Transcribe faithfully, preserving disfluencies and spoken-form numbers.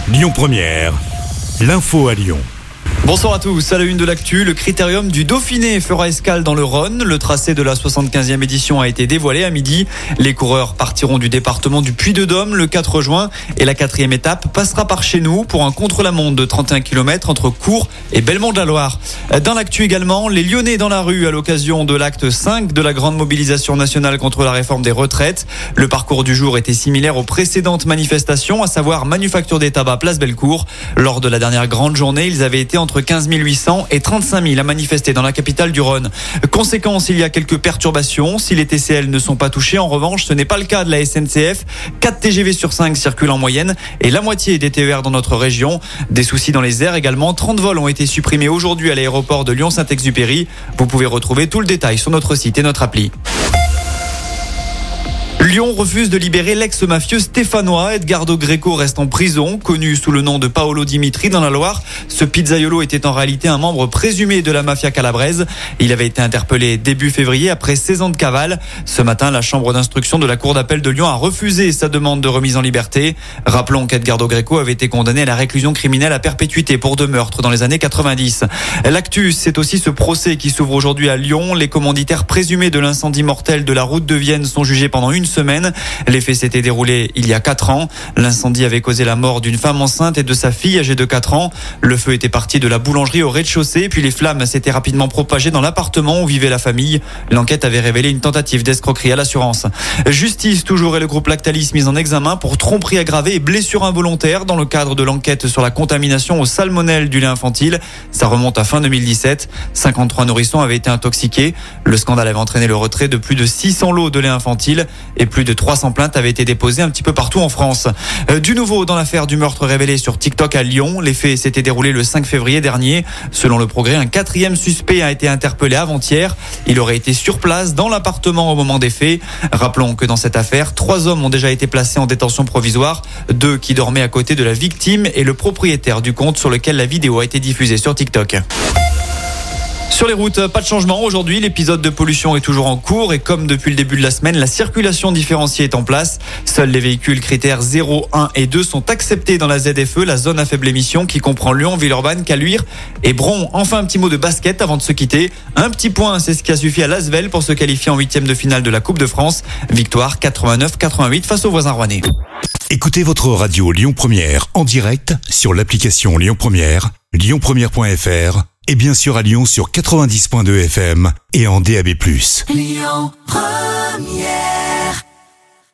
Lyon Première, l'info à Lyon. Bonsoir à tous, à la une de l'actu, le critérium du Dauphiné fera escale dans le Rhône. Le tracé de la soixante-quinzième édition a été dévoilé à midi. Les coureurs partiront du département du Puy-de-Dôme le quatre juin et la quatrième étape passera par chez nous pour un contre-la-montre de trente et un kilomètres entre Cours et Belmont-de-la-Loire. Dans l'actu également, les Lyonnais dans la rue à l'occasion de l'acte cinq de la grande mobilisation nationale contre la réforme des retraites. Le parcours du jour était similaire aux précédentes manifestations, à savoir Manufacture des tabacs Place Bellecour. Lors de la dernière grande journée, ils avaient été entre quinze mille huit cents et trente-cinq mille à manifester dans la capitale du Rhône. Conséquence, il y a quelques perturbations. Si les T C L ne sont pas touchés, en revanche, ce n'est pas le cas de la S N C F. quatre T G V sur cinq circulent en moyenne et la moitié des T E R dans notre région. Des soucis dans les airs également. trente vols ont été supprimés aujourd'hui à l'aéroport de Lyon-Saint-Exupéry. Vous pouvez retrouver tout le détail sur notre site et notre appli. Lyon refuse de libérer l'ex-mafieux stéphanois. Edgardo Greco reste en prison. Connu sous le nom de Paolo Dimitri dans la Loire, ce pizzaiolo était en réalité un membre présumé de la mafia calabraise. Il avait été interpellé début février après seize ans de cavale. Ce matin, la chambre d'instruction de la cour d'appel de Lyon a refusé sa demande de remise en liberté. Rappelons qu'Edgardo Greco avait été condamné à la réclusion criminelle à perpétuité pour deux meurtres dans les années quatre-vingt-dix. L'actu, c'est aussi ce procès qui s'ouvre aujourd'hui à Lyon. Les commanditaires présumés de l'incendie mortel de la route de Vienne sont jugés pendant une semaine. Les faits s'étaient déroulés il y a quatre ans. L'incendie avait causé la mort d'une femme enceinte et de sa fille âgée de quatre ans. Le feu était parti de la boulangerie au rez-de-chaussée, puis les flammes s'étaient rapidement propagées dans l'appartement où vivait la famille. L'enquête avait révélé une tentative d'escroquerie à l'assurance. Justice toujours et le groupe Lactalis mis en examen pour tromperie aggravée et blessure involontaire dans le cadre de l'enquête sur la contamination au salmonelle du lait infantile. Ça remonte à fin deux mille dix-sept. cinquante-trois nourrissons avaient été intoxiqués. Le scandale avait entraîné le retrait de plus de six cents lots de lait infantile et plus de trois cents plaintes avaient été déposées un petit peu partout en France. Euh, du nouveau dans l'affaire du meurtre révélé sur TikTok à Lyon. Les faits s'étaient déroulés le cinq février dernier. Selon le Progrès, un quatrième suspect a été interpellé avant-hier. Il aurait été sur place dans l'appartement au moment des faits. Rappelons que dans cette affaire, trois hommes ont déjà été placés en détention provisoire. Deux qui dormaient à côté de la victime et le propriétaire du compte sur lequel la vidéo a été diffusée sur TikTok. Sur les routes, pas de changement. Aujourd'hui, l'épisode de pollution est toujours en cours et comme depuis le début de la semaine, la circulation différenciée est en place. Seuls les véhicules critères zéro, un et deux sont acceptés dans la Z F E, la zone à faible émission qui comprend Lyon, Villeurbanne, Caluire et Bron. Enfin, un petit mot de basket avant de se quitter. Un petit point, c'est ce qui a suffi à l'Asvel pour se qualifier en huitième de finale de la Coupe de France. Victoire quatre-vingt-neuf quatre-vingt-huit face aux voisins rouennais. Écoutez votre radio Lyon Première en direct sur l'application Lyon Première, lyon première point f r et bien sûr à Lyon sur quatre-vingt-dix point deux F M et en D A B plus. Lyon Première.